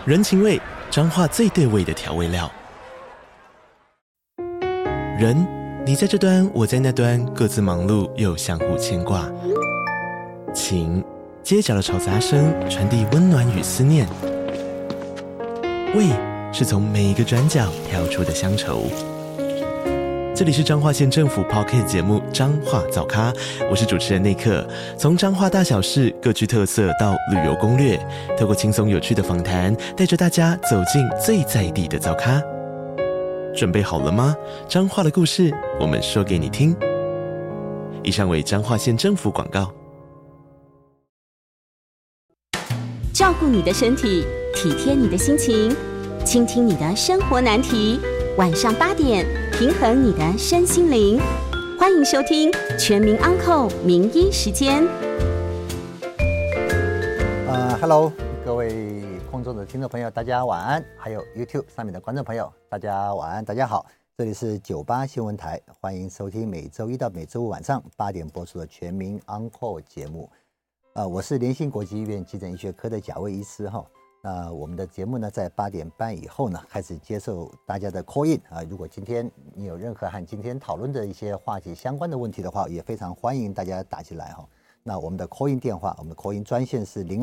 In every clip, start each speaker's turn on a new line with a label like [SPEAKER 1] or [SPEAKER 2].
[SPEAKER 1] 人情味，彰化最对味的调味料。人，你在这端，我在那端，各自忙碌又相互牵挂。情，街角的吵杂声传递温暖与思念。味，是从每一个转角跳出的乡愁。这里是彰化县政府 Podcast 节目《彰化早咖》，我是主持人内克。从彰化大小事各具特色到旅游攻略，透过轻松有趣的访谈，带着大家走进最在地的早咖。准备好了吗？彰化的故事，我们说给你听。以上为彰化县政府广告。
[SPEAKER 2] 照顾你的身体，体贴你的心情，倾听你的生活难题。晚上8点，平衡你的身心灵。欢迎收听全民安扣名医时间。
[SPEAKER 3] Hello， 各位空中的听众朋友，大家晚安；还有 YouTube 上面的观众朋友，大家晚安，大家好。这里是98新闻台，欢迎收听每周一到每周五晚上8点播出的全民安扣节目。我是联兴国际医院急诊医学科的贾卫医师哈。那我们的节目呢，在8点半以后呢，开始接受大家的 call in 啊。如果今天你有任何和今天讨论的一些话题相关的问题的话，也非常欢迎大家打进来哈。那我们的 call in 电话，我们的 call in 专线是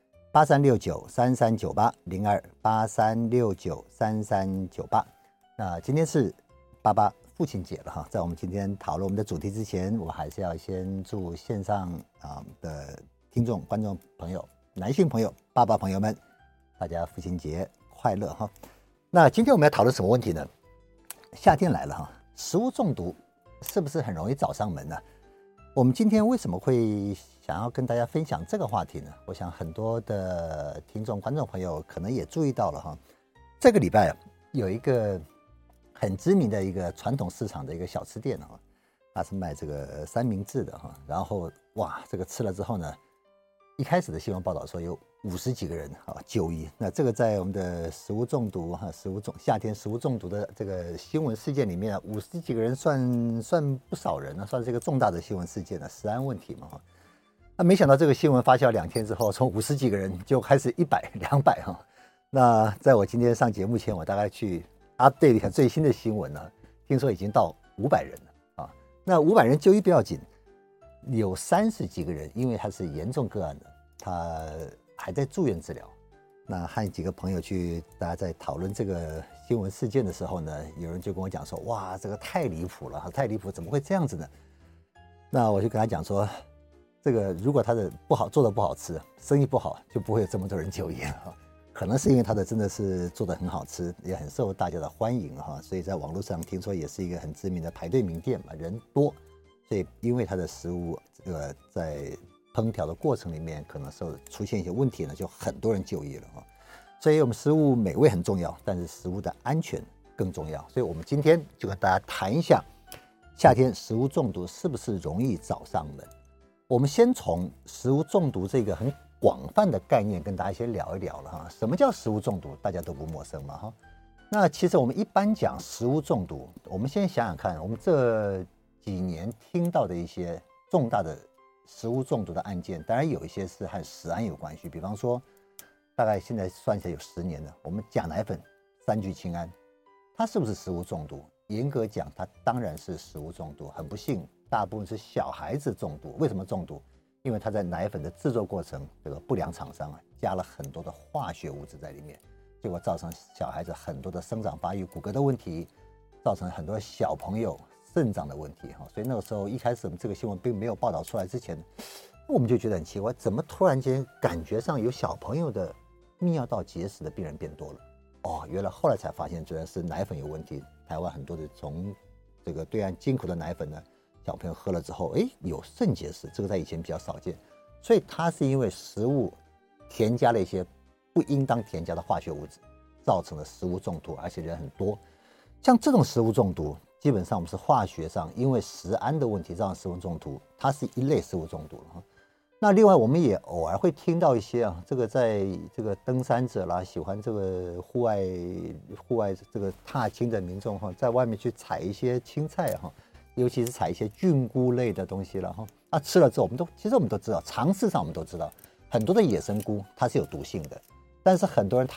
[SPEAKER 3] 02-8369-3398，02-8369-3398。那今天是88父亲节了哈，在我们今天讨论我们的主题之前，我还是要先祝线上的听众、观众朋友、男性朋友、爸爸朋友们，大家父亲节快乐哈！那今天我们要讨论什么问题呢？夏天来了哈，食物中毒是不是很容易找上门呢？我们今天为什么会想要跟大家分享这个话题呢？我想很多的听众、观众朋友可能也注意到了哈，这个礼拜有一个很知名的一个传统市场的一个小吃店哈，它是卖这个三明治的哈，然后哇，这个吃了之后呢，一开始的新闻报道说有50几个人就医，那这个在我们的食物中毒夏天食物中毒的这个新闻事件里面50几个人算不少人了，算是一个重大的新闻事件了，食安问题嘛哈。那没想到这个新闻发酵2天之后，从50几个人就开始100、200哈。那在我今天上节目前，我大概去 update 一下最新的新闻呢，听说已经到500人了啊。那500人就医不要紧，有30几个人因为他是严重个案的，他还在住院治疗。那和几个朋友去，大家在讨论这个新闻事件的时候呢，有人就跟我讲说，哇，这个太离谱了，太离谱，怎么会这样子呢？那我就跟他讲说，这个如果他的做的不好吃，生意不好，就不会有这么多人就医了。可能是因为他的真的是做的很好吃，也很受大家的欢迎哈，所以在网络上听说也是一个很知名的排队名店嘛，人多，所以因为他的食物在烹调的过程里面可能出现一些问题呢，就很多人就医了哈。所以我们食物美味很重要，但是食物的安全更重要。所以我们今天就跟大家谈一下，夏天食物中毒是不是容易找上门？我们先从食物中毒这个很广泛的概念跟大家先聊一聊了哈。什么叫食物中毒？大家都不陌生嘛哈。那其实我们一般讲食物中毒，我们先想想看，我们这几年听到的一些重大的食物中毒的案件，当然有一些是和食安有关系，比方说大概现在算起来有10年了，我们假奶粉3聚氰胺，它是不是食物中毒？严格讲，它当然是食物中毒。很不幸，大部分是小孩子中毒。为什么中毒？因为它在奶粉的制作过程，这个不良厂商加了很多的化学物质在里面，结果造成小孩子很多的生长发育、骨骼的问题，造成很多小朋友肾脏的问题哈。所以那个时候一开始我们这个新闻并没有报道出来之前，我们就觉得很奇怪，怎么突然间感觉上有小朋友的泌尿道结石的病人变多了？哦，原来后来才发现，主要是奶粉有问题。台湾很多的从这个对岸进口的奶粉呢，小朋友喝了之后，有肾结石，这个在以前比较少见。所以它是因为食物添加了一些不应当添加的化学物质，造成了食物中毒，而且人很多。像这种食物中毒，基本上我们是化学上因为食安的问题造成食物中毒，它是一类食物中毒了。那另外我们也偶尔会听到一些这个在这个登山者啦，喜欢这个户外这个踏青的民众在外面去采一些青菜尤其是采一些菌菇类的东西了那吃了之后，其实我们都知道，常识上我们都知道，很多的野生菇它是有毒性的，但是很多人他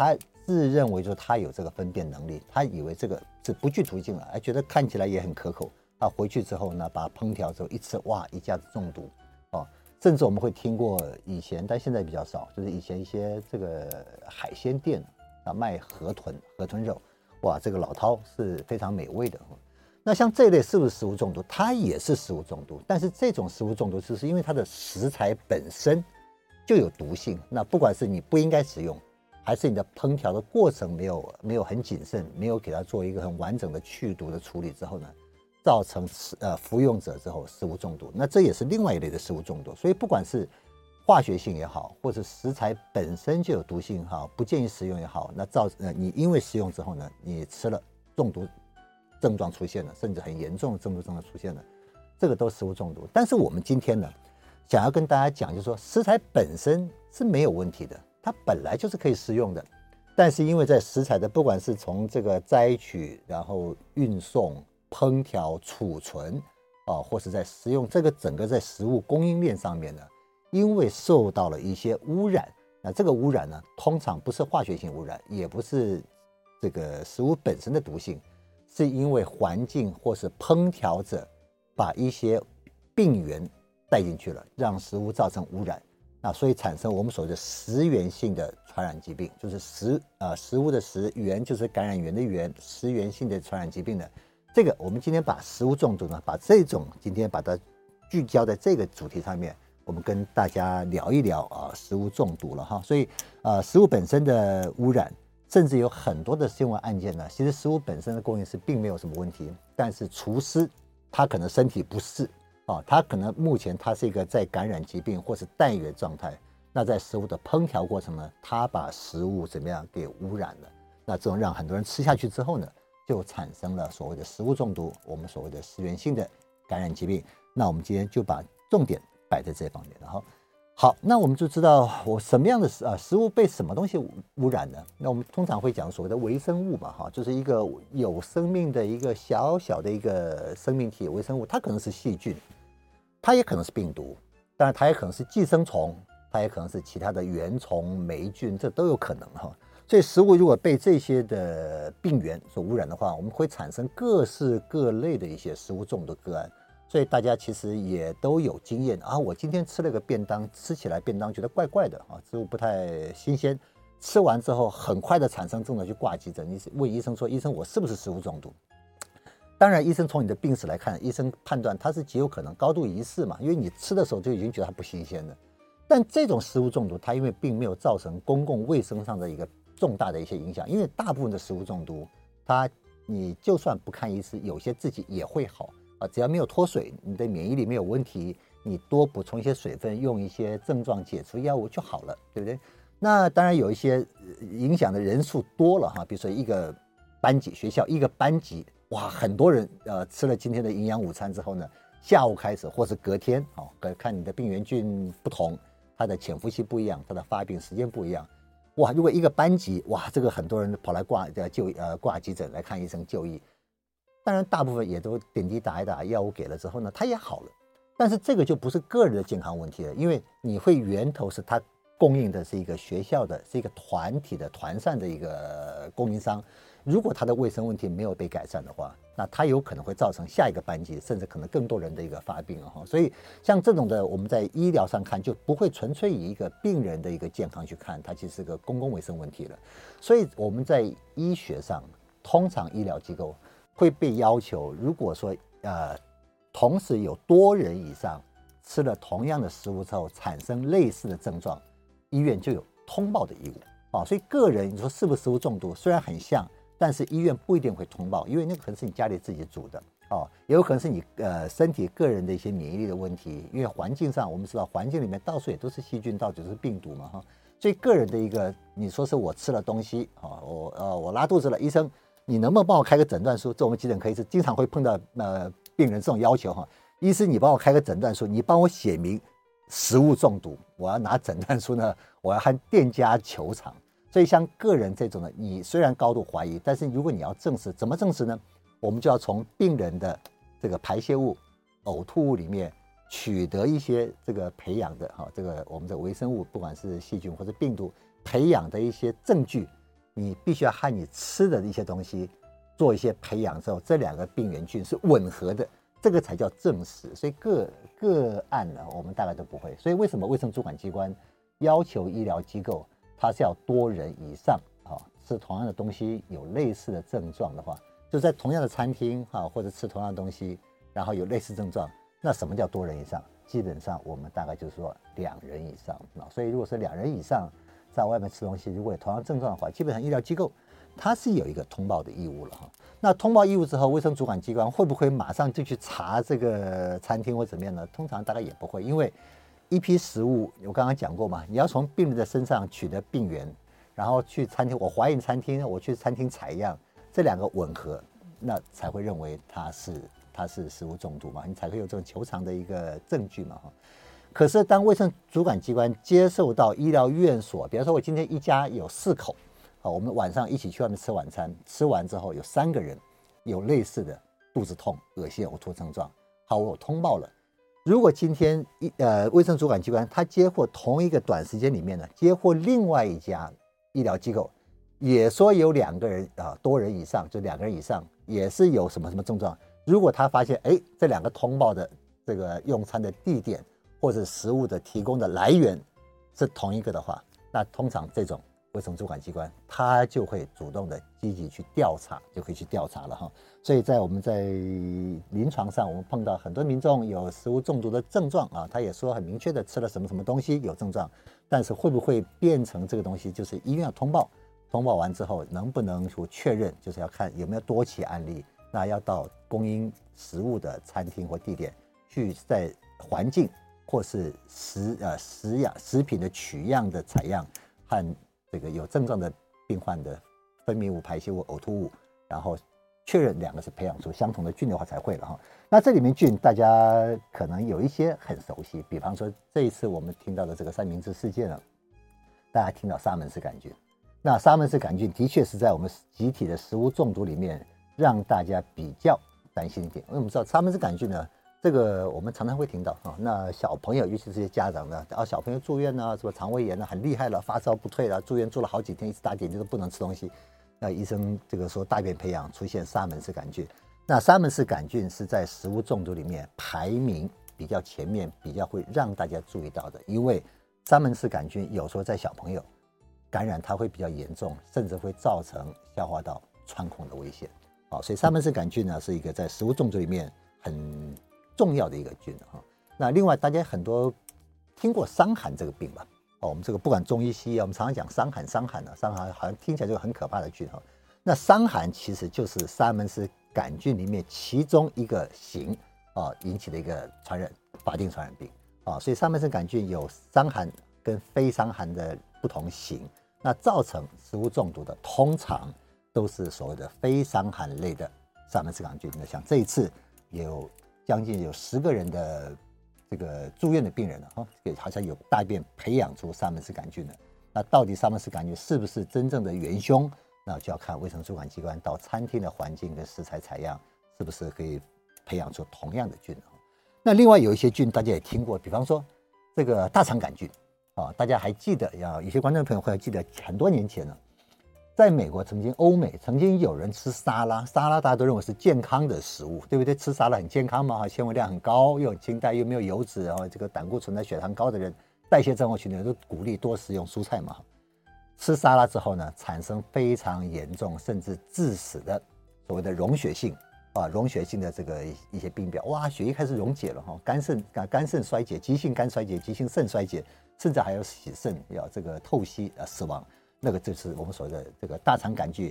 [SPEAKER 3] 自认为说他有这个分辨能力，他以为这个是不具途径了，觉得看起来也很可口，回去之后呢，把它烹调之后一吃，哇，一下子中毒哦。甚至我们会听过以前，但现在比较少，就是以前一些这个海鲜店卖河豚肉，哇，这个老饕是非常美味的。那像这一类是不是食物中毒？它也是食物中毒，但是这种食物中毒是因为它的食材本身就有毒性。那不管是你不应该食用，还是你的烹调的过程没有很谨慎，没有给它做一个很完整的去毒的处理之后呢，造成服用者之后食物中毒，那这也是另外一类的食物中毒。所以不管是化学性也好，或者食材本身就有毒性也好，不建议食用也好，那你因为食用之后呢，你吃了中毒症状出现了，甚至很严重的中毒症状出现了，这个都是食物中毒。但是我们今天呢，想要跟大家讲，就是说食材本身是没有问题的，它本来就是可以食用的，但是因为在食材的不管是从这个摘取，然后运送、烹调、储存或是在食用这个整个在食物供应链上面呢，因为受到了一些污染，那这个污染呢，通常不是化学性污染，也不是这个食物本身的毒性，是因为环境或是烹调者把一些病原带进去了，让食物造成污染，那所以产生我们所谓的食源性的传染疾病，就是食物的食源就是感染源的源，食源性的传染疾病的。这个我们今天把食物中毒呢，把这种今天把它聚焦在这个主题上面，我们跟大家聊一聊食物中毒了哈。所以食物本身的污染，甚至有很多的新闻案件呢，其实食物本身的供应是并没有什么问题，但是厨师他可能身体不适他可能目前他是一个在感染疾病或是带源状态，那在食物的烹调过程呢，他把食物怎么样给污染了，那这种让很多人吃下去之后呢，就产生了所谓的食物中毒，我们所谓的食源性的感染疾病。那我们今天就把重点摆在这方面了哈。好，那我们就知道我什么样的食物被什么东西污染呢？那我们通常会讲所谓的微生物嘛，哈，就是一个有生命的一个小小的一个生命体微生物，它可能是细菌，它也可能是病毒，当然它也可能是寄生虫，它也可能是其他的原虫、霉菌，这都有可能哈。所以食物如果被这些的病原所污染的话，我们会产生各式各类的一些食物中毒个案。所以大家其实也都有经验我今天吃了个便当，吃起来便当觉得怪怪的食物不太新鲜，吃完之后很快的产生症状去挂急诊，你问医生说，医生我是不是食物中毒？当然医生从你的病史来看，医生判断它是极有可能高度疑似嘛，因为你吃的时候就已经觉得它不新鲜了。但这种食物中毒它因为并没有造成公共卫生上的一个重大的一些影响，因为大部分的食物中毒你就算不看医师，有些自己也会好只要没有脱水，你的免疫力没有问题，你多补充一些水分，用一些症状解除药物就好了，对不对？那当然有一些影响的人数多了比如说一个班级，学校一个班级，哇，很多人吃了今天的营养午餐之后呢，下午开始或是隔天看你的病原菌不同，它的潜伏期不一样，它的发病时间不一样，哇，如果一个班级，哇，这个很多人跑来挂急诊来看医生就医。当然大部分也都点滴打一打，药物给了之后呢，它也好了。但是这个就不是个人的健康问题了，因为你会源头是它供应的是一个学校的，是一个团体的团膳的一个供应商，如果它的卫生问题没有被改善的话，那它有可能会造成下一个班级甚至可能更多人的一个发病所以像这种的我们在医疗上看就不会纯粹以一个病人的一个健康去看，它其实是个公共卫生问题了。所以我们在医学上，通常医疗机构会被要求，如果说同时有多人以上吃了同样的食物之后产生类似的症状，医院就有通报的义务所以个人你说是不是食物中毒，虽然很像，但是医院不一定会通报，因为那个可能是你家里自己煮的也有可能是你身体个人的一些免疫力的问题，因为环境上我们知道环境里面到处也都是细菌，到处都是病毒嘛所以个人的一个你说是我吃了东西我拉肚子了，医生你能不能帮我开个诊断书？这我们急诊科医师经常会碰到病人这种要求医师你帮我开个诊断书，你帮我写明食物中毒，我要拿诊断书呢，我要和店家求偿。所以像个人这种的，你虽然高度怀疑，但是如果你要证实，怎么证实呢？我们就要从病人的这个排泄物、呕吐物里面取得一些这个培养的这个我们的微生物，不管是细菌或者病毒培养的一些证据， 你必须要和你吃的一些东西做一些培养之后，这2个病原菌是吻合的，这个才叫正食。所以个案呢，我们大概都不会。所以为什么卫生主管机关要求医疗机构它是要多人以上吃同样的东西有类似的症状的话，就在同样的餐厅或者吃同样的东西，然后有类似症状，那什么叫多人以上？基本上我们大概就是说2人以上。所以如果是2人以上在外面吃东西，如果有同样症状的话，基本上医疗机构它是有一个通报的义务了那通报义务之后，卫生主管机关会不会马上就去查这个餐厅或怎么样呢？通常大概也不会，因为一批食物我刚刚讲过嘛，你要从病人的身上取得病原，然后去餐厅，我怀疑餐厅，我去餐厅采样，这2个吻合，那才会认为它是食物中毒嘛，你才会有这种求偿的一个证据嘛可是当卫生主管机关接受到医疗院所，比如说我今天一家有4口我们晚上一起去外面吃晚餐，吃完之后有3个人有类似的肚子痛、恶心、呕吐症状，好，我通报了。如果今天卫生主管机关他接获同一个短时间里面呢，接获另外一家医疗机构也说有2个人多人以上，就2个人以上也是有什么什么症状，如果他发现这2个通报的这个用餐的地点或者食物的提供的来源是同一个的话，那通常这种卫生主管机关他就会主动的积极去调查，就可以去调查了所以我们在临床上，我们碰到很多民众有食物中毒的症状他也说很明确的吃了什么什么东西有症状，但是会不会变成这个东西，就是医院要通报完之后能不能确认，就是要看有没有多起案例，那要到供应食物的餐厅或地点去，在环境或是食品的取样的采样和这个有症状的病患的分泌物、排泄物、呕吐物，然后确认2个是培养出相同的菌的话才会了那这里面菌大家可能有一些很熟悉，比方说这一次我们听到的这个三明治事件大家听到沙门氏杆菌，那沙门氏杆菌的确是在我们集体的食物中毒里面让大家比较担心一点，因为我们知道沙门氏杆菌呢，这个我们常常会听到那小朋友尤其是这些家长呢小朋友住院什么肠胃炎很厉害了，发烧不退了，住院住了好几天，一直打点滴都不能吃东西，那医生这个说大便培养出现沙门氏杆菌，那沙门氏杆菌是在食物中毒里面排名比较前面，比较会让大家注意到的，因为沙门氏杆菌有时候在小朋友感染它会比较严重，甚至会造成消化道穿孔的危险所以沙门氏杆菌呢是一个在食物中毒里面很重要的一个菌那另外大家很多听过伤寒这个病吧我们这个不管中医西医我们常常讲伤寒伤寒好像听起来就很可怕的菌那伤寒其实就是沙门氏杆菌里面其中一个型引起的一个法定传染病所以沙门氏杆菌有伤寒跟非伤寒的不同型，那造成食物中毒的通常都是所谓的非伤寒类的沙门氏杆菌。那像这一次将近有10个人的这个住院的病人好像有大便培养出沙门氏杆菌的。那到底沙门氏杆菌是不是真正的元凶？那就要看卫生主管机关到餐厅的环境跟食材采样，是不是可以培养出同样的菌。那另外有一些菌大家也听过，比方说这个大肠杆菌大家还记得有些观众朋友会记得很多年前在美国欧美曾经有人吃沙拉大家都认为是健康的食物，对不对？吃沙拉很健康嘛，纤维量很高，又很清淡，又没有油脂，然后这个胆固醇、血糖高的人，代谢症候群的人都鼓励多食用蔬菜嘛。吃沙拉之后呢，产生非常严重甚至致死的所谓的溶血性的这个一些病变，血液开始溶解了肝肾衰竭、急性肝衰竭、急性肾衰竭，甚至还有洗肾这个透析死亡。那个就是我们所谓的这个大肠杆菌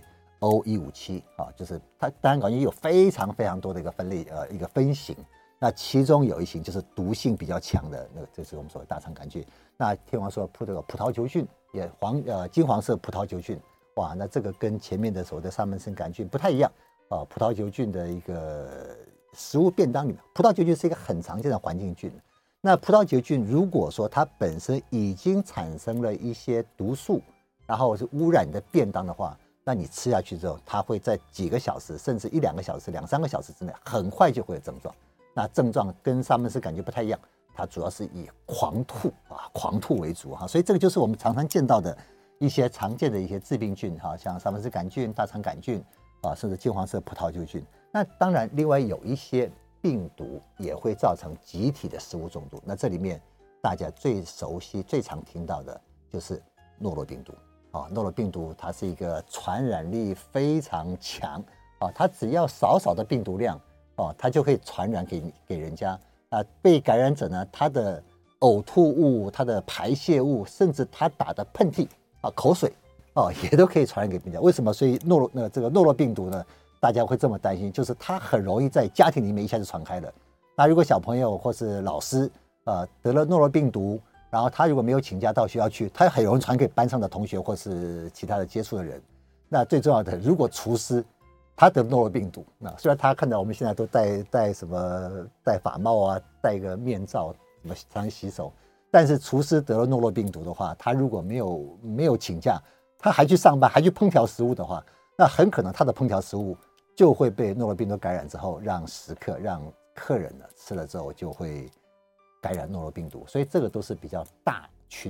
[SPEAKER 3] O157就是它大肠杆菌有非常非常多的一个分类一个分型，那其中有一型就是毒性比较强的，那个就是我们所谓大肠杆菌。那天王说这个葡萄球菌也金黄色葡萄球菌，那这个跟前面的所谓的沙门氏杆菌不太一样葡萄球菌的一个食物便当里面，葡萄球菌是一个很常见的环境菌。那葡萄球菌如果说它本身已经产生了一些毒素，然后是污染的便当的话，那你吃下去之后，它会在几个小时，甚至1-2个小时、2-3个小时之内，很快就会有症状。那症状跟沙门氏杆菌不太一样，它主要是以狂吐为主所以这个就是我们常常见到的一些常见的一些致病菌像沙门氏杆菌、大肠杆菌甚至金黄色葡萄球菌。那当然另外有一些病毒也会造成集体的食物中毒，那这里面大家最熟悉最常听到的就是诺罗病毒诺罗病毒它是一个传染力非常强它只要少少的病毒量它就可以传染给人家被感染者呢，他的呕吐物、他的排泄物，甚至他打的喷嚏口水也都可以传染给别人。为什么？所以这个诺罗病毒呢，大家会这么担心，就是它很容易在家庭里面一下就传开了。那如果小朋友或是老师得了诺罗病毒，然后他如果没有请假到学校去，他很容易传给班上的同学或是其他的接触的人。那最重要的，如果厨师他得诺罗病毒，那虽然他看到我们现在都戴法帽戴个面罩，什么常洗手，但是厨师得了诺罗病毒的话，他如果没有请假，他还去上班，还去烹调食物的话，那很可能他的烹调食物就会被诺罗病毒感染之后，让食客、让客人呢吃了之后就会感染诺罗病毒。所以这个都是比较大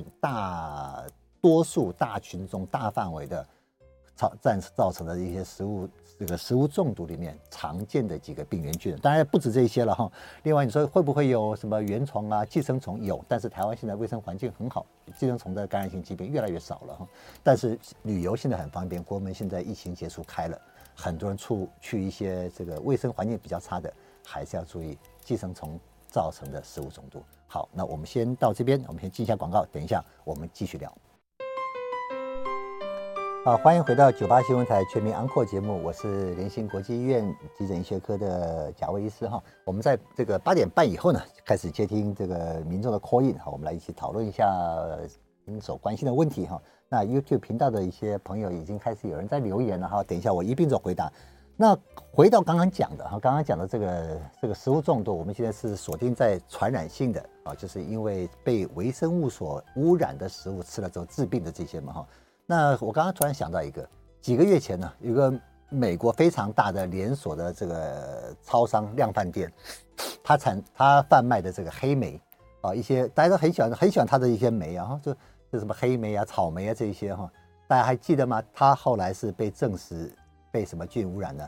[SPEAKER 3] 多数大群众大范围的造成的一些食物中毒里面常见的几个病原菌。当然不止这些了哈。另外你说会不会有什么原虫寄生虫？有，但是台湾现在卫生环境很好，寄生虫的感染性疾病越来越少了哈。但是旅游现在很方便，国门现在疫情结束开了，很多人去一些这个卫生环境比较差的，还是要注意寄生虫造成的食物中毒。好，那我们先到这边，我们先进一下广告，等一下我们继续聊。欢迎回到98新闻台全民安扣节目，我是联兴国际医院急诊医学科的贾卫医师哈。我们在这个8点半以后呢，开始接听这个民众的 call in，我们来一起讨论一下您所关心的问题哈。那 YouTube 频道的一些朋友已经开始有人在留言了哈，等一下我一并做回答。那回到刚刚讲的这个食物中毒，我们现在是锁定在传染性的就是因为被微生物所污染的食物吃了之后致病的这些嘛哈。那我刚刚突然想到几个月前呢，有个美国非常大的连锁的这个超商量贩店，他贩卖的这个黑莓一些大家都很喜欢他的一些莓就什么黑莓草莓这些大家还记得吗？他后来是被证实被什么菌污染呢？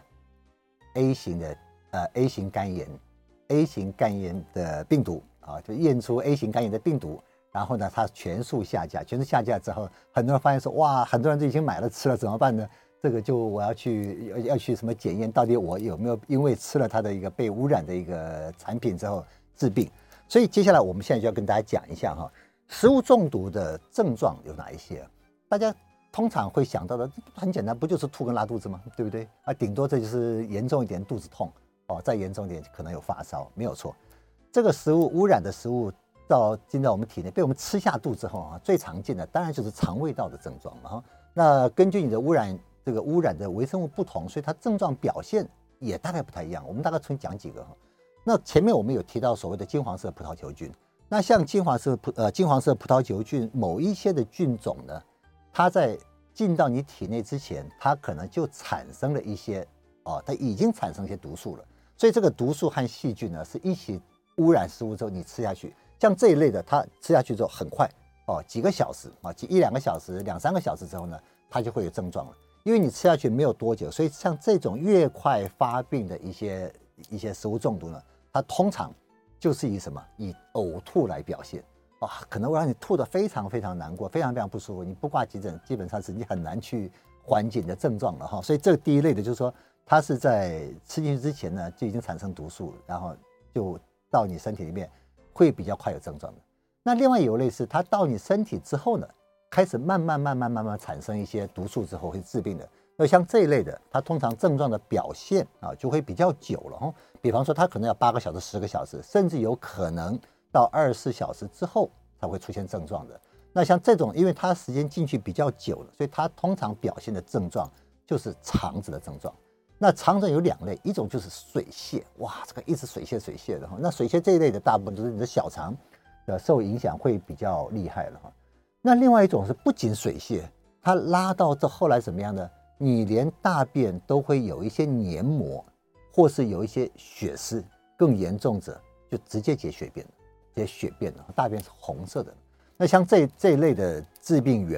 [SPEAKER 3] A 型肝炎的病毒就验出 A 型肝炎的病毒。然后呢，它全数下架之后，很多人发现说，哇，很多人都已经买了吃了，怎么办呢？这个就我要去什么检验，到底我有没有因为吃了它的一个被污染的一个产品之后致病？所以接下来我们现在就要跟大家讲一下食物中毒的症状有哪一些？大家通常会想到的很简单，不就是吐跟拉肚子吗？对不对？顶多这就是严重一点肚子痛再严重一点可能有发烧，没有错。这个食物污染的食物进到我们体内，被我们吃下肚之后最常见的当然就是肠胃道的症状了那根据你的污染的微生物不同，所以它症状表现也大概不太一样。我们大概重新讲几个那前面我们有提到所谓的金黄色葡萄球菌，那像金黄色葡萄球菌某一些的菌种呢，它在进到你体内之前，它可能就产生了一些它已经产生一些毒素了，所以这个毒素和细菌呢是一起污染食物之后你吃下去。像这一类的，它吃下去之后很快几个小时1-2个小时、2-3个小时之后呢，它就会有症状了。因为你吃下去没有多久，所以像这种越快发病的一些食物中毒呢，它通常就是以呕吐来表现可能会让你吐得非常非常难过，非常非常不舒服。你不挂急诊，基本上是你很难去缓解你的症状了所以这个第一类的就是说，它是在吃进去之前呢就已经产生毒素，然后就到你身体里面。会比较快有症状的。那另外有类是它到你身体之后呢，开始慢慢产生一些毒素之后会致病的。那像这一类的，它通常症状的表现就会比较久了比方说它可能要8个小时、10个小时，甚至有可能到24小时之后才会出现症状的。那像这种，因为它时间进去比较久了，所以它通常表现的症状就是肠子的症状。那肠子有2类，一种就是水泻，哇，这个一直水泻的那水泻这一类的大部分都是你的小肠受影响会比较厉害了那另外一种是不仅水泻，它拉到这后来怎么样呢？你连大便都会有一些黏膜，或是有一些血丝，更严重者就直接结血便了，大便是红色的。那像这一类的致病源呢，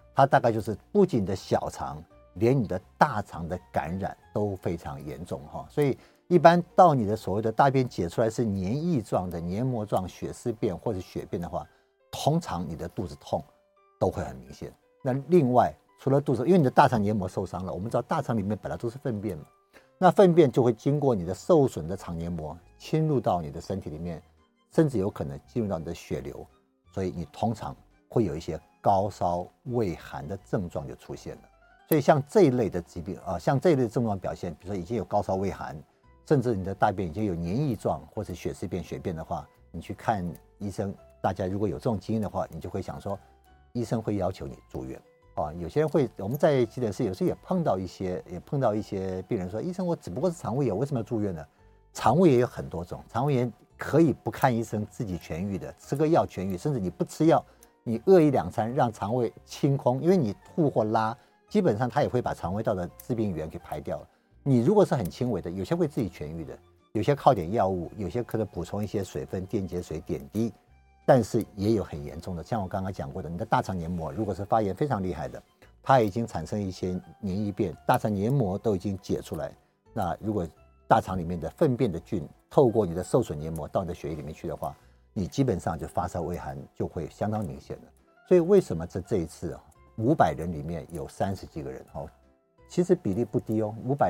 [SPEAKER 3] 它大概就是不仅你的小肠，连你的大肠的感染都非常严重哈。所以一般到你的所谓的大便解出来是黏液状的、黏膜状血丝便或者血便的话，通常你的肚子痛都会很明显。那另外除了肚子，因为你的大肠黏膜受伤了，我们知道大肠里面本来都是粪便嘛，那粪便就会经过你的受损的肠黏膜侵入到你的身体里面，甚至有可能进入到你的血流，所以你通常会有一些高烧畏寒的症状就出现了。所以像这一类的疾病像这一类的症状表现，比如说已经有高烧畏寒，甚至你的大便已经有黏液状或者血丝便、血便的话，你去看医生，大家如果有这种经验的话，你就会想说，医生会要求你住院。有些人会，我们在急诊室有时候也碰到一些病人说，医生，我只不过是肠胃炎，为什么要住院呢？肠胃炎有很多种，肠胃炎可以不看医生自己痊愈的，吃个药痊愈，甚至你不吃药，你饿一两餐让肠胃清空，因为你吐或拉，基本上它也会把肠胃道的致病源给排掉了。你如果是很轻微的，有些会自己痊愈的，有些靠点药物，有些可能补充一些水分、电解水、点滴。但是也有很严重的，像我刚刚讲过的，你的大肠黏膜如果是发炎非常厉害的，它已经产生一些黏液便，大肠黏膜都已经解出来，那如果大肠里面的粪便的菌透过你的受损黏膜到你的血液里面去的话，你基本上就发烧畏寒就会相当明显的。所以为什么这一次500人里面有30几个人其实比例不低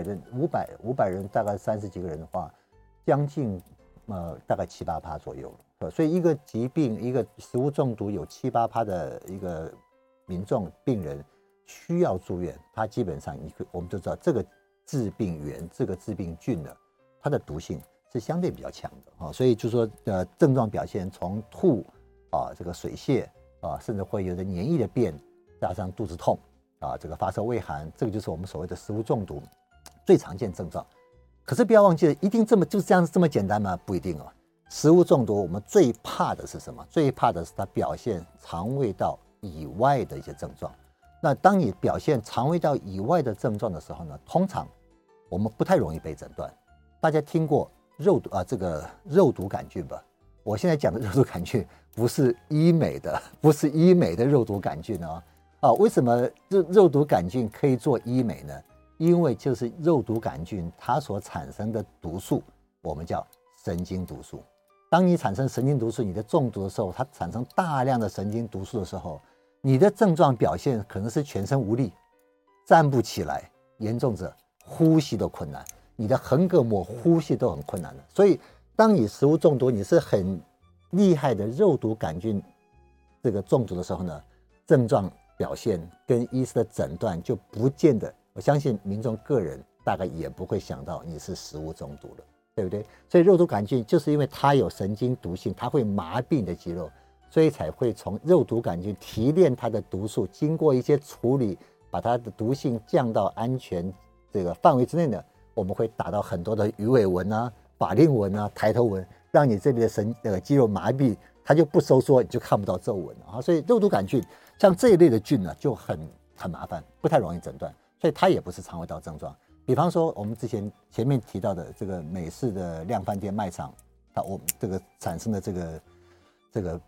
[SPEAKER 3] 500人大概30几个人的话，将近大概7-8%左右了。所以一个疾病，一个食物中毒有7-8%的一个民众病人需要住院，他基本上我们就知道这个致病源、这个致病菌呢，它的毒性是相对比较强的所以就说症状表现从吐这个水泻甚至会有的黏液的便，加上肚子痛这个发烧畏寒，这个就是我们所谓的食物中毒最常见症状。可是不要忘记了，一定就是这样这么简单吗？不一定食物中毒我们最怕的是什么？最怕的是它表现肠胃道以外的一些症状。那当你表现肠胃道以外的症状的时候呢，通常我们不太容易被诊断。大家听过这个肉毒杆菌吧？我现在讲的肉毒杆菌不是医美的肉毒杆菌为什么肉毒杆菌可以做医美呢？因为就是肉毒杆菌它所产生的毒素，我们叫神经毒素。当你产生神经毒素，你的中毒的时候，它产生大量的神经毒素的时候，你的症状表现可能是全身无力，站不起来，严重者呼吸都困难，你的横膈膜呼吸都很困难的。所以当你食物中毒，你是很厉害的肉毒杆菌这个中毒的时候呢，症状表现跟医师的诊断就不见得，我相信民众个人大概也不会想到你是食物中毒了，对不对？所以肉毒杆菌就是因为它有神经毒性，它会麻痹你的肌肉，所以才会从肉毒杆菌提炼它的毒素，经过一些处理，把它的毒性降到安全这个范围之内呢，我们会打到很多的鱼尾纹法令纹抬头纹，让你这里的肌肉麻痹，它就不收缩，你就看不到皱纹所以肉毒杆菌像这一类的菌呢，就很麻烦，不太容易诊断，所以它也不是肠胃道症状。比方说我们前面提到的这个美式的量贩店卖场，我们这个产生的这个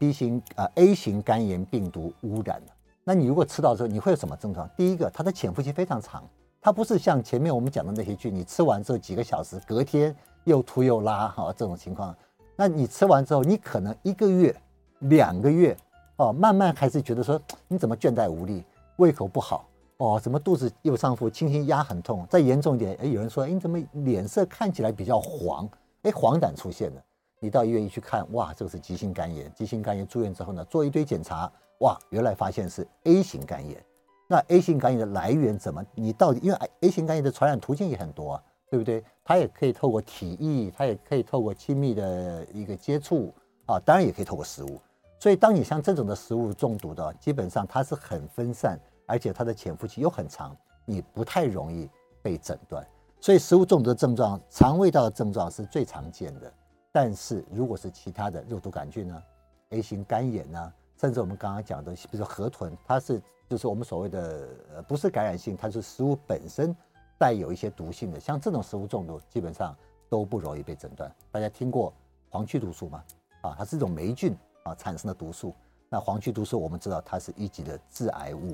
[SPEAKER 3] A 型肝炎病毒污染那你如果吃到之后，你会有什么症状？第一个，它的潜伏期非常长，它不是像前面我们讲的那些菌，你吃完之后几个小时，隔天又吐又拉这种情况。那你吃完之后，你可能1个月、2个月慢慢还是觉得说你怎么倦怠无力，胃口不好怎么肚子右上腹轻轻压很痛，再严重一点有人说你怎么脸色看起来比较黄，黄疸出现了。你到医院一去看，哇，这个是急性肝炎。急性肝炎住院之后呢，做一堆检查，哇，原来发现是 A 型肝炎。那 A 型肝炎的来源怎么？你到底因为 A 型肝炎的传染途径也很多对不对？它也可以透过体液，它也可以透过亲密的一个接触当然也可以透过食物。所以当你像这种的食物中毒的，基本上它是很分散，而且它的潜伏期又很长，你不太容易被诊断。所以食物中毒的症状，肠胃道的症状是最常见的。但是如果是其他的肉毒杆菌A 型肝炎甚至我们刚刚讲的，比如说河豚，它就是我们所谓的不是感染性，它是食物本身带有一些毒性的，像这种食物中毒基本上都不容易被诊断。大家听过黄曲毒素吗？它是一种霉菌产生的毒素。那黄曲毒素我们知道它是1级的致癌物，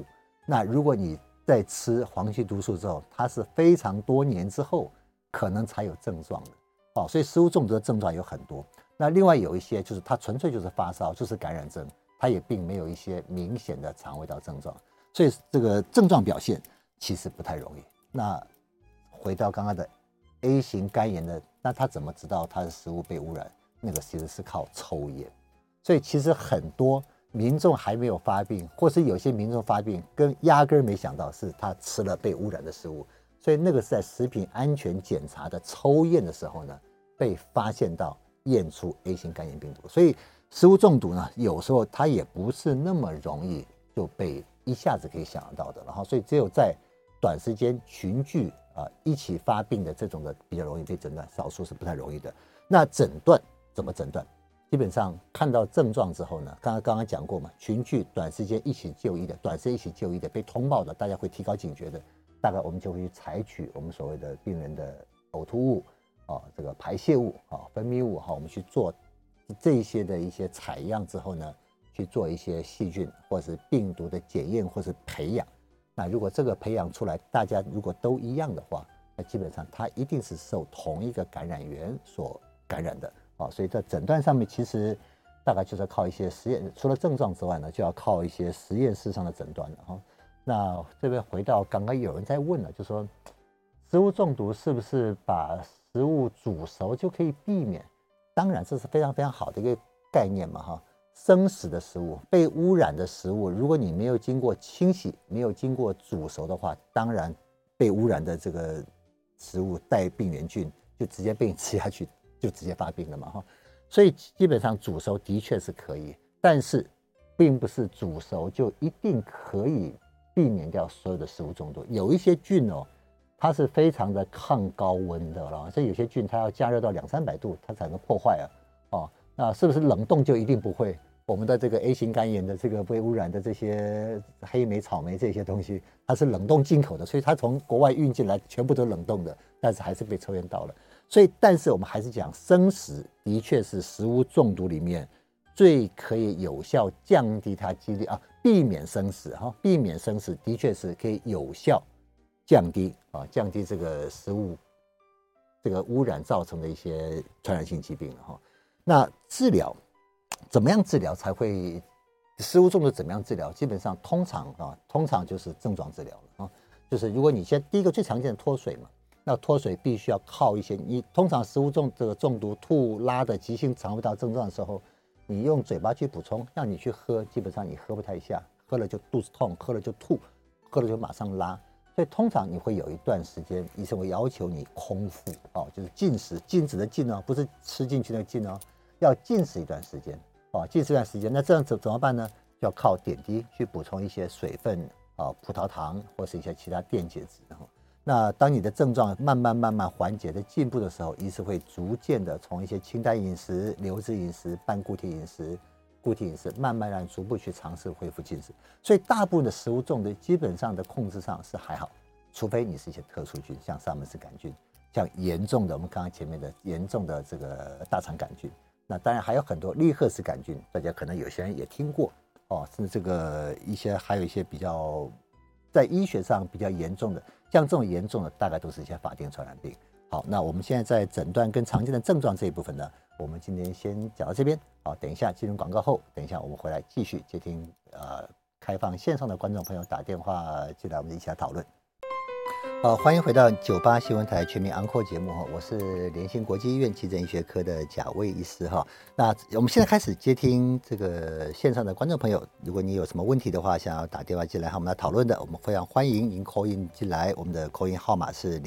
[SPEAKER 3] 那如果你在吃黄曲毒素之后，它是非常多年之后可能才有症状的所以食物中毒的症状有很多。那另外有一些就是它纯粹就是发烧，就是感染症，它也并没有一些明显的肠胃道症状，所以这个症状表现其实不太容易。那回到刚刚的 A 型肝炎的，那他怎么知道他的食物被污染？那个其实是靠抽烟。所以其实很多民众还没有发病，或是有些民众发病跟压根没想到是他吃了被污染的食物，所以那个是在食品安全检查的抽验的时候呢，被发现到验出 A 型肝炎病毒。所以食物中毒呢，有时候它也不是那么容易就被一下子可以想得到的，然后所以只有在短时间群聚一起发病的这种的比较容易被诊断，少数是不太容易的。那诊断怎么诊断？基本上看到症状之后呢，刚刚讲过嘛，群聚短时间一起就医的，被通报的，大家会提高警觉的，大概我们就会去采取我们所谓的病人的呕吐物这个排泄物分泌物我们去做这一些的一些采样之后呢，去做一些细菌或是病毒的检验或是培养。那如果这个培养出来，大家如果都一样的话，那基本上它一定是受同一个感染源所感染的所以在诊断上面其实大概就是靠一些实验，除了症状之外呢，就要靠一些实验室上的诊断了那这边回到刚刚有人在问了，就说食物中毒是不是把食物煮熟就可以避免？当然这是非常非常好的一个概念嘛生食的食物，被污染的食物，如果你没有经过清洗，没有经过煮熟的话，当然被污染的这个食物带病原菌就直接被你吃下去，就直接发病了嘛所以基本上煮熟的确是可以，但是并不是煮熟就一定可以避免掉所有的食物中毒。有一些菌它是非常的抗高温的了，所以有些菌它要加热到200-300度它才能破坏那是不是冷冻就一定不会？我们的这个 A 型肝炎的这个被污染的这些黑莓、草莓这些东西，它是冷冻进口的，所以它从国外运进来全部都冷冻的，但是还是被抽验到了。所以，但是我们还是讲生食的确是食物中毒里面最可以有效降低它几率避免生食避免生食的确是可以有效降低这个食物这个污染造成的一些传染性疾病那治疗怎么样治疗才会食物中毒怎么样治疗？基本上通常就是症状治疗了就是如果你先第一个最常见的脱水嘛，那脱水必须要靠一些你通常食物中毒吐拉的急性肠胃道症状的时候，你用嘴巴去补充，让你去喝，基本上你喝不太下，喝了就肚子痛，喝了就吐，喝了就马上拉。所以通常你会有一段时间，医生会要求你空腹就是禁食，禁止的禁不是吃进去的禁要禁食一段时间禁食一段时间。那这样怎么办呢？就要靠点滴去补充一些水分葡萄糖或是一些其他电解质那当你的症状慢慢缓解的进步的时候，医师会逐渐的从一些清淡饮食、流质饮食、半固体饮食、固体饮食，慢慢让逐步去尝试恢复进食。所以大部分的食物中毒基本上的控制上是还好，除非你是一些特殊菌，像沙门氏杆菌，像严重的我们刚刚前面的严重的这个大肠杆菌。那当然还有很多利赫氏杆菌，大家可能有些人也听过甚至这个还有一些比较在医学上比较严重的，像这种严重的大概都是一些法定传染病。好，那我们现在在诊断跟常见的症状这一部分呢，我们今天先讲到这边等一下进入广告后，等一下我们回来继续接听开放线上的观众朋友打电话进来，我们一起来讨论。欢迎回到98新闻台全民昂扣节目我是联兴国际医院急诊医学科的贾卫医师那我们现在开始接听这个线上的观众朋友，如果你有什么问题的话，想要打电话进来和我们来讨论的，我们非常欢迎您 call in 进来，我们的 call in 号码是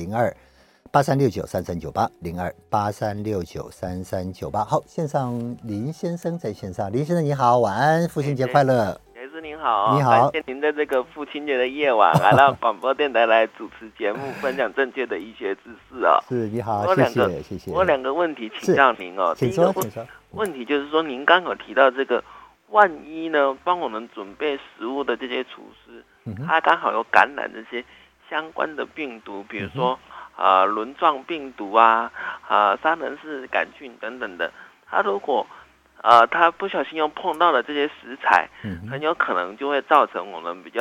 [SPEAKER 3] 02-8369-3398 好，线上林先生在线上，林先生你好，晚安，父亲节快乐。
[SPEAKER 4] 您好，
[SPEAKER 3] 你好，
[SPEAKER 4] 感谢您在这个父亲节的夜晚让广播电台来主持节目，分享正确的医学知识
[SPEAKER 3] 是，你好，谢谢。
[SPEAKER 4] 我有两个问题请教您第一个问题就是说，您刚有提到这个，万一呢，帮我们准备食物的这些厨师，他刚好有感染这些相关的病毒，比如说轮状病毒沙门氏杆菌等等的，他如果他不小心又碰到了这些食材，很有可能就会造成我们比较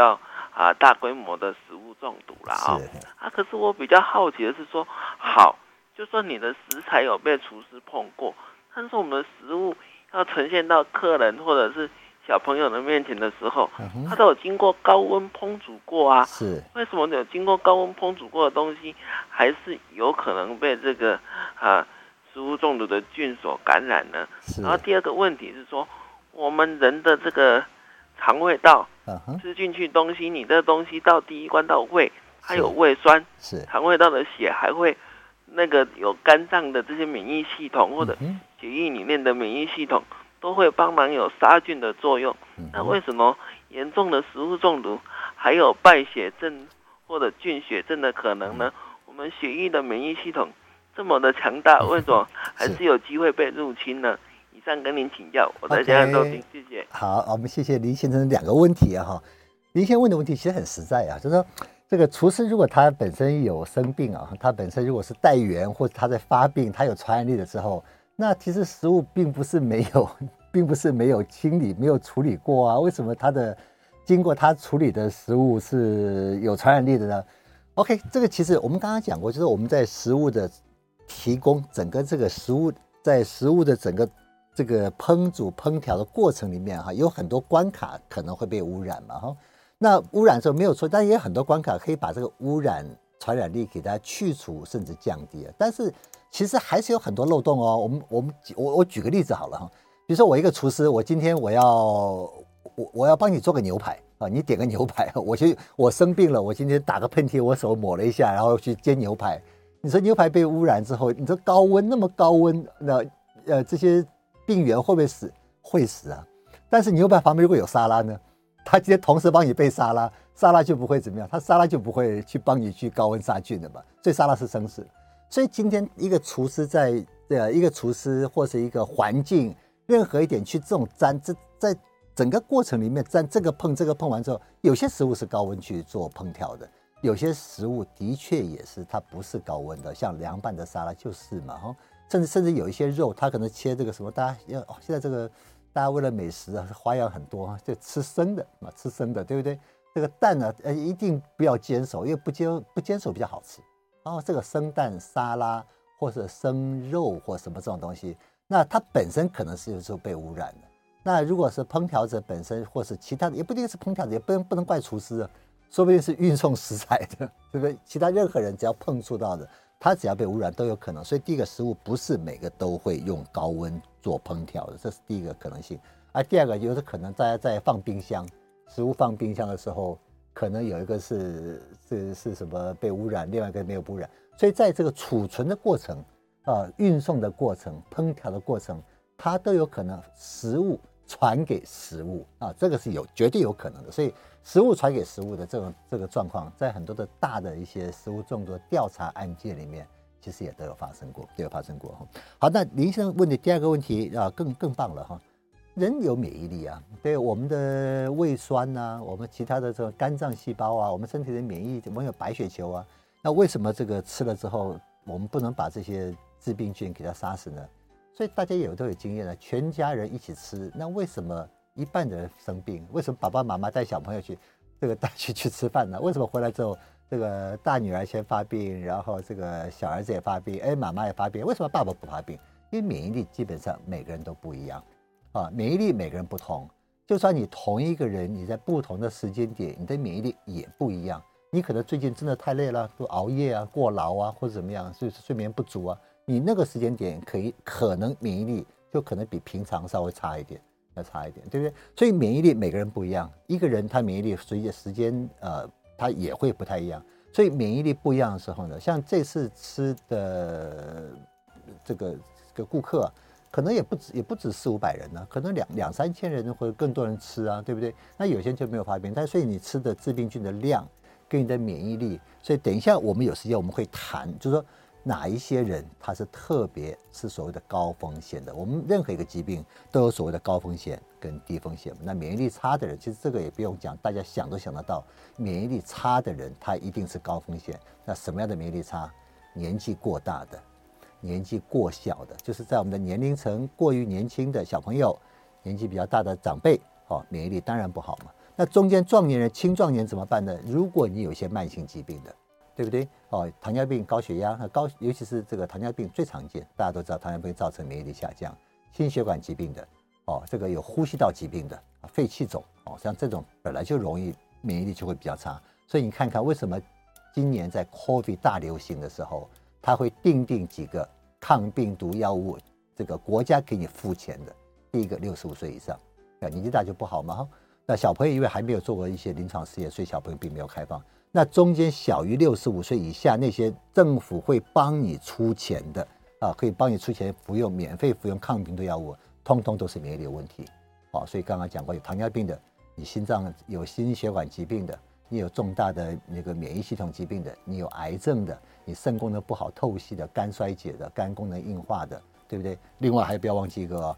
[SPEAKER 4] 大规模的食物中毒啦可是我比较好奇的是说，好，就算你的食材有被厨师碰过，但是我们的食物要呈现到客人或者是小朋友的面前的时候，它都有经过高温烹煮过啊。
[SPEAKER 3] 是，
[SPEAKER 4] 为什么有经过高温烹煮过的东西，还是有可能被这个食物中毒的菌所感染呢？然后第二个问题是说，我们人的这个肠胃道吃进去东西，你的东西到第一关到胃，它有胃酸，肠胃道的血还会那个有肝脏的这些免疫系统或者血液里面的免疫系统都会帮忙有杀菌的作用。那为什么严重的食物中毒还有败血症或者菌血症的可能呢？我们血液的免疫系统这么的强大，为什么还是有机会被入侵呢？以上跟您请教，我在家收听，谢谢。
[SPEAKER 3] 好，我们谢谢林先生2个问题林先生问的问题其实很实在就是说，这个厨师如果他本身有生病他本身如果是带源或者他在发病，他有传染力的时候，那其实食物并不是没有清理、没有处理过为什么经过他处理的食物是有传染力的呢？ OK， 这个其实我们刚刚讲过，就是我们在食物的提供，整个这个食物在食物的整个这个烹煮烹调的过程里面有很多关卡可能会被污染嘛那污染的时候没有错，但也有很多关卡可以把这个污染传染力给它去除甚至降低但是其实还是有很多漏洞我举个例子好了比如说我一个厨师，我今天我要帮你做个牛排你点个牛排，我生病了，我今天打个喷嚏，我手抹了一下，然后去煎牛排。你说牛排被污染之后，你说高温那么高温，这些病原会不会死？会死但是牛排旁边如果有沙拉呢？他今天同时帮你备沙拉，沙拉就不会怎么样，他沙拉就不会去帮你去高温杀菌的嘛。所以沙拉是生食。所以今天一个厨师或是一个环境，任何一点去这种在整个过程里面沾这个碰完之后，有些食物是高温去做烹调的，有些食物的确也是它不是高温的，像凉拌的沙拉就是嘛甚至有一些肉，它可能切这个什么，大家现在这个大家为了美食花样很多就吃生的对不对？这个蛋呢一定不要煎熟，因为不煎熟比较好吃这个生蛋沙拉或者生肉或什么这种东西，那它本身可能是有时候被污染的。那如果是烹调者本身或是其他的，也不一定是烹调者，也不能怪厨师说不定是运送食材的，对不对？其他任何人只要碰触到的，他只要被污染都有可能。所以第一个，食物不是每个都会用高温做烹调的，这是第一个可能性。第二个，有的可能大家在放冰箱，食物放冰箱的时候，可能有一个是什么被污染，另外一个没有污染。所以在这个储存的过程运送的过程、烹调的过程，它都有可能食物传给食物这个是绝对有可能的。所以食物传给食物的这个状况，在很多的大的一些食物中毒调查案件里面，其实也都有发生过。好，那林先生问的第二个问题更棒了人有免疫力对我们的胃酸我们其他的这个肝脏细胞我们身体的免疫，我们有白血球那为什么这个吃了之后，我们不能把这些致病菌给它杀死呢？所以大家都有经验了，全家人一起吃，那为什么一半的人生病？为什么爸爸妈妈带小朋友带去吃饭呢？为什么回来之后，这个大女儿先发病，然后这个小儿子也发病，妈妈也发病？为什么爸爸不发病？因为免疫力基本上每个人都不一样免疫力每个人不同，就算你同一个人，你在不同的时间点，你的免疫力也不一样。你可能最近真的太累了，都熬夜过劳或者怎么样，就是睡眠不足你那个时间点可能免疫力就可能比平常稍微差一点，对不对？所以免疫力每个人不一样，一个人他免疫力随着时间他也会不太一样。所以免疫力不一样的时候呢，像这次吃的这个顾客可能也不止400-500人呢，可能2-3千人或者更多人吃对不对？那有些人就没有发病，但所以你吃的致病菌的量跟你的免疫力，所以等一下我们有时间我们会谈，就是说哪一些人他是特别是所谓的高风险的。我们任何一个疾病都有所谓的高风险跟低风险，那免疫力差的人，其实这个也不用讲，大家想都想得到，免疫力差的人他一定是高风险。那什么样的免疫力差？年纪过大的，年纪过小的，就是在我们的年龄层过于年轻的小朋友，年纪比较大的长辈免疫力当然不好嘛。 那中间壮年人、青壮年怎么办呢？如果你有一些慢性疾病的，对不对？糖尿病、高血压、尤其是这个糖尿病最常见，大家都知道糖尿病造成免疫力下降，心血管疾病的，这个有呼吸道疾病的，肺气肿，像这种本来就容易免疫力就会比较差。所以你看看为什么今年在 COVID 大流行的时候，它会定几个抗病毒药物，这个国家给你付钱的。第一个65岁以上，年纪大就不好嘛。那小朋友因为还没有做过一些临床试验，所以小朋友并没有开放。那中间小于65岁以下那些政府会帮你出钱的可以帮你出钱免费服用抗病毒药物，通通都是免疫力有问题。所以刚刚讲过，有糖尿病的，你心脏有心血管疾病的，你有重大的那个免疫系统疾病的，你有癌症的，你肾功能不好透析的，肝衰竭的，肝功能硬化的，对不对？另外还不要忘记一个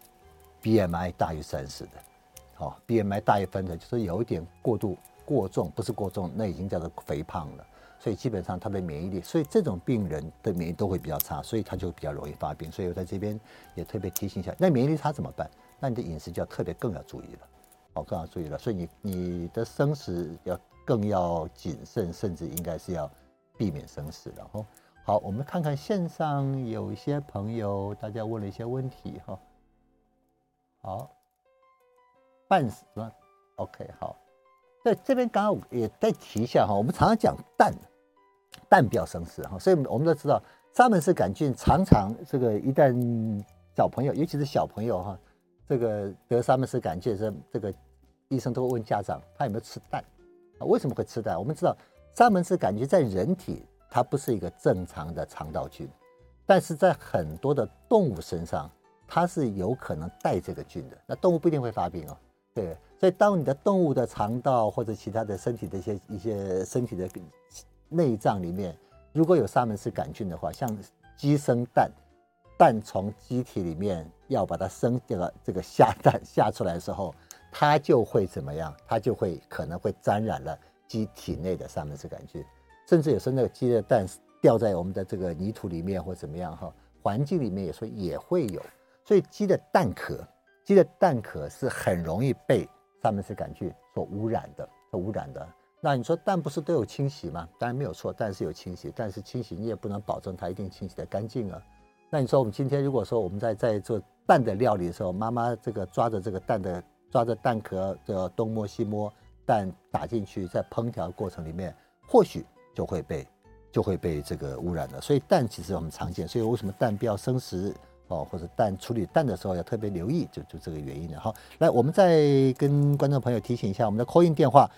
[SPEAKER 3] BMI 大于30的，BMI 大于30就是有一点过重，不是过重，那已经叫做肥胖了。所以基本上他的免疫力，所以这种病人的免疫都会比较差，所以他就比较容易发病。所以我在这边也特别提醒一下，那免疫力差怎么办？那你的饮食就要更要注意了，更要注意了。所以你的生食更要谨慎，甚至应该是要避免生食了。好，我们看看线上有一些朋友，大家问了一些问题哈。好，半死吗 ？OK， 好。在这边刚刚也再提一下我们常常讲蛋不要生食所以我们都知道沙门氏杆菌常常这个一旦小朋友，尤其是小朋友这个得沙门氏杆菌的时候，这个医生都会问家长他有没有吃蛋为什么会吃蛋？我们知道沙门氏杆菌在人体它不是一个正常的肠道菌，但是在很多的动物身上它是有可能带这个菌的。那动物不一定会发病对，所以当你的动物的肠道或者其他的身体的一些身体的内脏里面如果有沙门氏杆菌的话，像鸡生蛋从鸡体里面要把它生这个下蛋下出来的时候，它就会怎么样？它就会可能会沾染了鸡体内的沙门氏杆菌，甚至有时候那个鸡的蛋掉在我们的这个泥土里面或怎么样环境里面有时候也会有。所以鸡的蛋壳是很容易被沙门氏杆菌所污染的。那你说蛋不是都有清洗吗？当然没有错，蛋是有清洗，但是清洗你也不能保证它一定清洗得干净啊。那你说我们今天如果说我们在做蛋的料理的时候，妈妈这个抓着蛋壳的东摸西摸，蛋打进去，在烹调过程里面或许就会被这个污染了。所以蛋其实我们常见，所以为什么蛋不要生食或者处理蛋的时候要特别留意，就这个原因了。好，来我们再跟观众朋友提醒一下我们的 call in 电话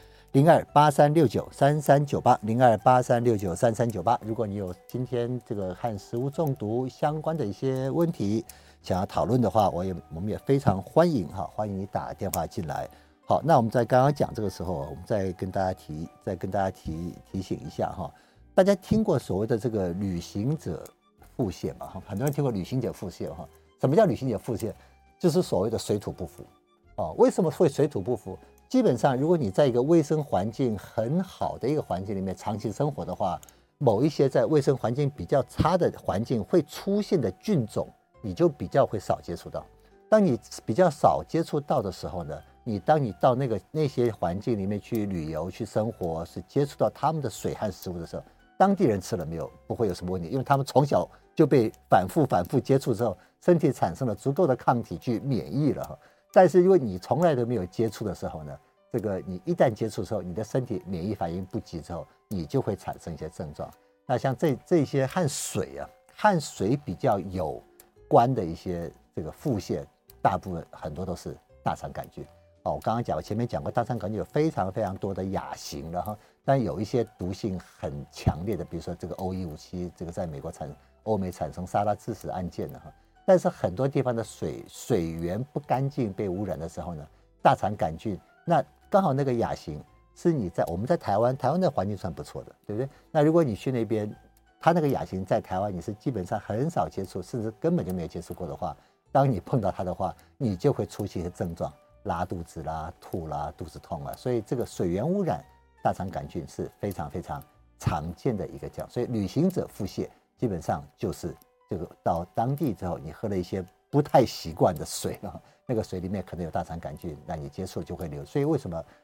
[SPEAKER 3] 0283693398 0283693398。如果你有今天这个和食物中毒相关的一些问题想要讨论的话，我们也非常欢迎你打电话进来。好，那我们在刚刚讲这个时候，我们再跟大家提醒一下大家听过所谓的这个旅行者腹泻嘛？很多人听过旅行者腹泻什么叫旅行者腹泻？就是所谓的水土不服为什么会水土不服？基本上如果你在一个卫生环境很好的一个环境里面长期生活的话，某一些在卫生环境比较差的环境会出现的菌种，你就比较会少接触到。当你比较少接触到的时候呢，当你到那些环境里面去旅游去生活，是接触到他们的水和食物的时候，当地人吃了不会有什么问题，因为他们从小就被反复接触之后，身体产生了足够的抗体去免疫了。但是因为你从来都没有接触的时候呢，这个你一旦接触的时候，你的身体免疫反应不及之后，你就会产生一些症状。那像这些和水比较有关的一些这个腹泻，大部分很多都是大肠杆菌我前面讲过，大肠杆菌有非常非常多的亚型了但有一些毒性很强烈的，比如说这个 O157，这个在欧美产生沙拉致死案件但是很多地方的水源不干净被污染的时候呢，大肠杆菌那刚好那个亚型是我们在台湾的环境算不错的，对不对？那如果你去那边，它那个亚型在台湾你是基本上很少接触，甚至根本就没有接触过的话，当你碰到它的话，你就会出现一些症状，拉肚子啦、吐啦、肚子痛所以这个水源污染大肠杆菌是非常非常常见的一个所以旅行者腹泻基本上就是这个到当地之后，你喝了一些不太习惯的水那个水里面可能有大肠杆菌，那你接触就会流。所以为什么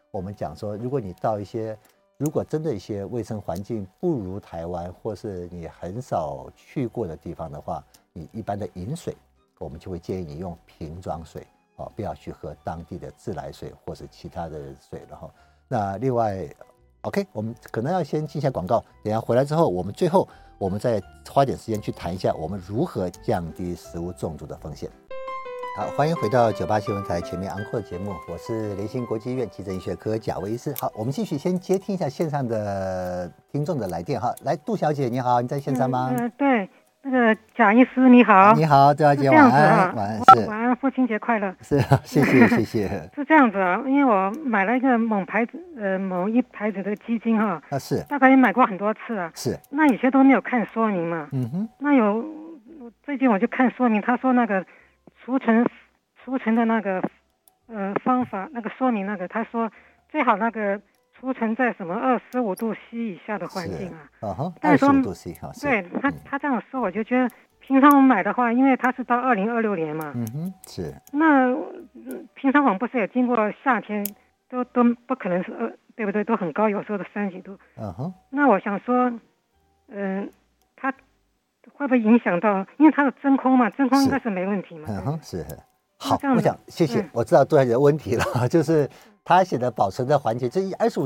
[SPEAKER 3] 我们讲说，如果你到如果真的一些卫生环境不如台湾，或是你很少去过的地方的话，你一般的饮水，我们就会建议你用瓶装水，不要去喝当地的自来水或是其他的水了哈。那另外 ，OK， 我们可能要先进一下广告，等一下回来之后，最后我们再花点时间去谈一下我们如何降低食物中毒的风险。好，欢迎回到98新闻台全面安扣的节目，我是联兴国际医院急诊医学科贾维医师。好，我们继续先接听一下线上的听众的来电哈。来，杜小姐你好，你在线上吗？
[SPEAKER 5] 对，那个贾医师你好。
[SPEAKER 3] 你好，杜小姐晚安。晚安，是
[SPEAKER 5] 晚安，父亲节快乐。
[SPEAKER 3] 是，谢谢谢谢。
[SPEAKER 5] 是这样子啊，因为我买了一个某一牌子的鸡精哈，
[SPEAKER 3] 是，
[SPEAKER 5] 大概也买过很多次啊。
[SPEAKER 3] 是，
[SPEAKER 5] 那以前都没有看说明嘛。那最近我就看说明，他说那个除尘的那个方法，那个说明那个，他说最好那个除尘在什么25度 C 以下的环境啊。
[SPEAKER 3] 25度 C 哈。
[SPEAKER 5] 对他这样说，我就觉得平常我们买的话，因为它是到2026年嘛。
[SPEAKER 3] 是。
[SPEAKER 5] 那平常我们不是也经过夏天，都不可能是对不对？都很高，有时候都30几度。那我想说，它会不会影响到？因为它是真空嘛，真空应该是没问题嘛。
[SPEAKER 3] 是。好，我想谢谢，我知道杜小姐的问题了，就是他写的保存的环节，这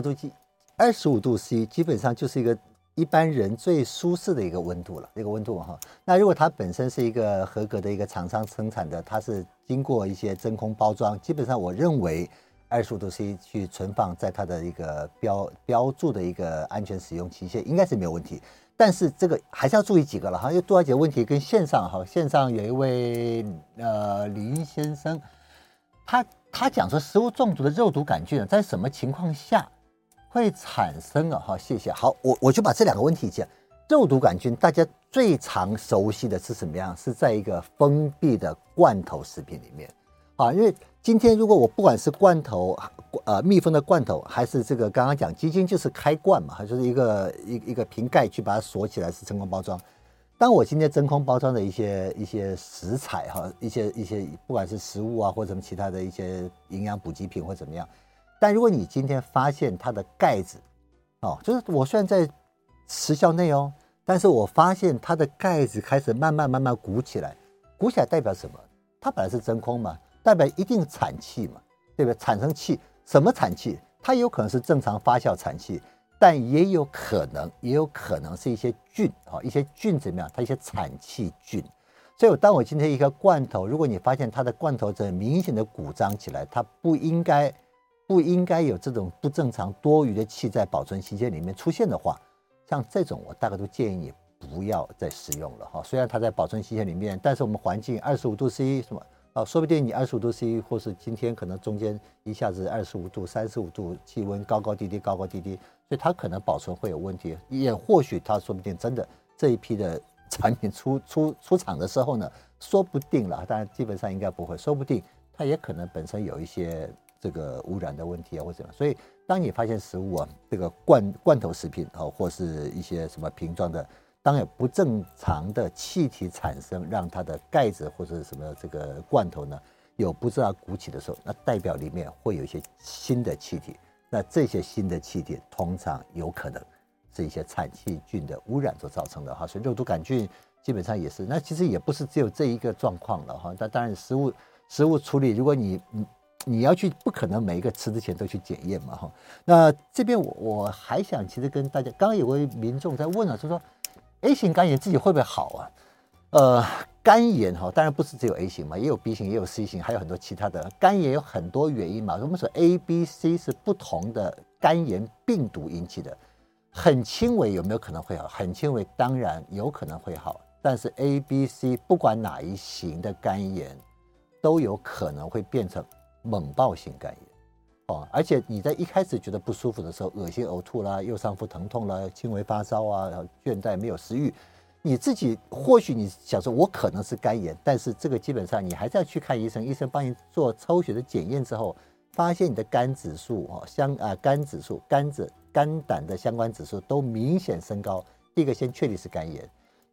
[SPEAKER 3] 25度 C 基本上就是一个一般人最舒适的一个温度了，这个温度哈。那如果它本身是一个合格的一个厂商生产的，它是经过一些真空包装，基本上我认为25度 C 去存放在它的一个标注的一个安全使用期限应该是没有问题。但是这个还是要注意几个了哈，因为杜小姐问题跟线上有一位林先生，他讲说食物中毒的肉毒杆菌在什么情况下会产生哈？谢谢。好，我就把这两个问题讲。肉毒杆菌大家最常熟悉的是什么样？是在一个封闭的罐头食品里面啊，因为今天如果我不管是罐头密封的罐头，还是这个刚刚讲鸡精就是开罐嘛，就是一个瓶盖去把它锁起来是真空包装。当我今天真空包装的一些食材哈，一些不管是食物啊或者什么其他的一些营养补给品或怎么样，但如果你今天发现它的盖子就是我虽然在时效内但是我发现它的盖子开始慢慢鼓起来代表什么？它本来是真空嘛，代表一定产气嘛，对不对？产生气，什么产气？它有可能是正常发酵产气，但也有可能是一些菌一些菌怎么样？它一些产气菌。所以当我今天一个罐头，如果你发现它的罐头很明显的鼓张起来，它不应该有这种不正常多余的气在保存期间里面出现的话，像这种我大概都建议你不要再使用了哈。虽然它在保存期限里面，但是我们环境25度 C 什么说不定你25度 C 或是今天可能中间一下子25度、35度气温高高低低，所以它可能保存会有问题。也或许它说不定真的这一批的产品出厂的时候呢，说不定了，当然基本上应该不会，说不定它也可能本身有一些这个污染的问题或者什么。所以当你发现食物这个罐头食品或是一些什么瓶装的，当有不正常的气体产生，让它的盖子或者什么这个罐头呢有不知道鼓起的时候，那代表里面会有一些新的气体。那这些新的气体通常有可能是一些产气菌的污染所造成的哈。所以肉毒杆菌基本上也是，那其实也不是只有这一个状况了哈。那当然食物处理，如果你要去，不可能每一个吃之前都去检验嘛哈。那这边我还想其实跟大家，刚刚有位民众在问就说 A 型肝炎自己会不会好肝炎当然不是只有 A 型嘛，也有 B 型，也有 C 型，还有很多其他的。肝炎有很多原因嘛，我们说 A、B、C 是不同的肝炎病毒引起的，很轻微有没有可能会好？很轻微当然有可能会好，但是 A、B、C 不管哪一型的肝炎都有可能会变成猛爆型肝炎而且你在一开始觉得不舒服的时候，恶心呕吐啦，右上腹疼痛啦，轻微发烧倦怠没有食欲，你自己或许你想说我可能是肝炎，但是这个基本上你还是要去看医生，医生帮你做抽血的检验之后，发现你的肝指数肝胆的相关指数都明显升高，第一个先确定是肝炎，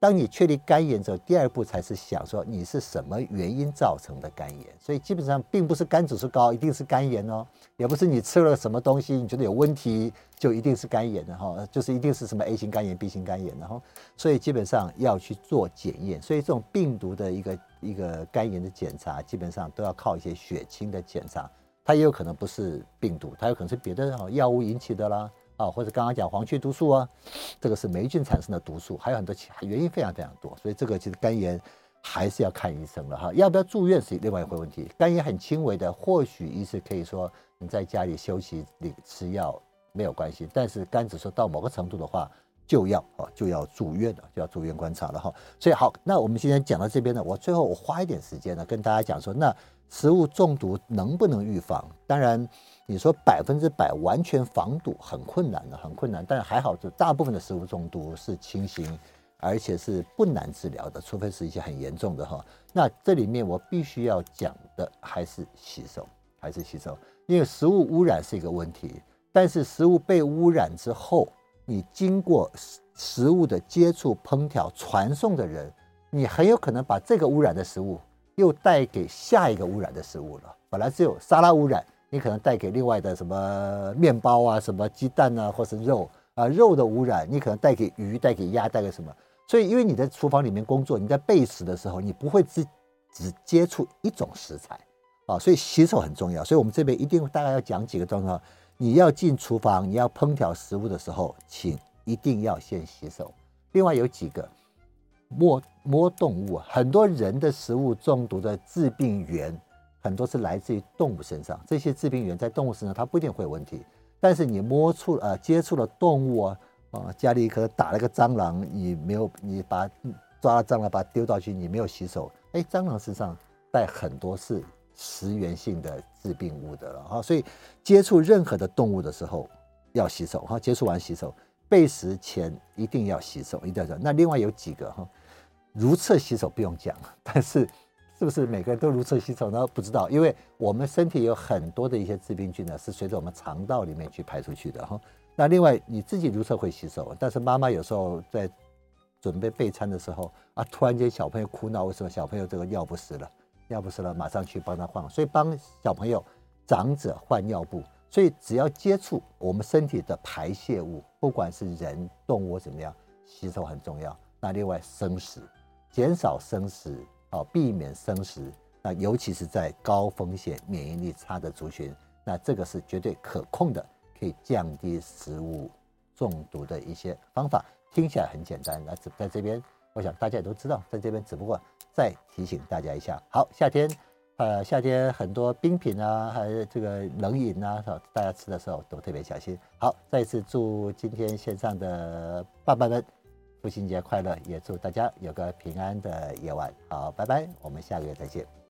[SPEAKER 3] 当你确立肝炎之后，第二步才是想说你是什么原因造成的肝炎。所以基本上并不是肝指数高一定是肝炎哦，也不是你吃了什么东西你觉得有问题就一定是肝炎的哈，就是一定是什么 A 型肝炎 B 型肝炎的哈。所以基本上要去做检验，所以这种病毒的一个肝炎的检查，基本上都要靠一些血清的检查，它也有可能不是病毒，它有可能是别的药物引起的啦。或者刚刚讲黄曲毒素啊，这个是霉菌产生的毒素，还有很多原因非常非常多，所以这个其实肝炎还是要看医生了哈。要不要住院是另外一回问题。肝炎很轻微的，或许医师可以说你在家里休息吃药没有关系，但是肝指数到某个程度的话，就要住院了，就要住院观察了哈。所以好，那我们今天讲到这边呢，最后我花一点时间呢，跟大家讲说，那食物中毒能不能预防？当然，你说100%完全防堵很困难的，很困难。但是还好，就大部分的食物中毒是轻型，而且是不难治疗的，除非是一些很严重的哈。那这里面我必须要讲的还是洗手，因为食物污染是一个问题，但是食物被污染之后，你经过食物的接触、烹调、传送的人，你很有可能把这个污染的食物又带给下一个污染的食物了。本来只有沙拉污染，你可能带给另外的什么面包啊、什么鸡蛋啊，或是肉啊，肉的污染，你可能带给鱼、带给鸭、带给什么。所以，因为你在厨房里面工作，你在备食的时候，你不会只接触一种食材啊，所以洗手很重要。所以我们这边一定大概要讲几个状况。你要进厨房，你要烹调食物的时候，请一定要先洗手。另外有几个摸动物，很多人的食物中毒的致病源很多是来自于动物身上，这些致病源在动物身上它不一定会有问题，但是你接触了动物家里可能打了个蟑螂，你抓了蟑螂把它丢到去，你没有洗手，蟑螂身上带很多是食源性的致病物的了所以接触任何的动物的时候要洗手接触完洗手，备食前一定要洗手，一定要洗手。那另外有几个如厕洗手不用讲，但是是不是每个人都如厕洗手呢？不知道，因为我们身体有很多的一些致病菌呢，是随着我们肠道里面去排出去的那另外你自己如厕会洗手，但是妈妈有时候在准备备餐的时候突然间小朋友哭闹，为什么小朋友这个尿不湿了，马上去帮他换，所以帮小朋友长者换尿布。所以只要接触我们身体的排泄物，不管是人动物怎么样，洗手很重要。那另外生食，减少生食避免生食，那尤其是在高风险免疫力差的族群，那这个是绝对可控的，可以降低食物中毒的一些方法。听起来很简单，那在这边我想大家也都知道，在这边只不过再提醒大家一下。好，夏天很多冰品还有这个冷饮大家吃的时候都特别小心。好，再次祝今天线上的爸爸们父亲节快乐，也祝大家有个平安的夜晚。好，拜拜，我们下个月再见。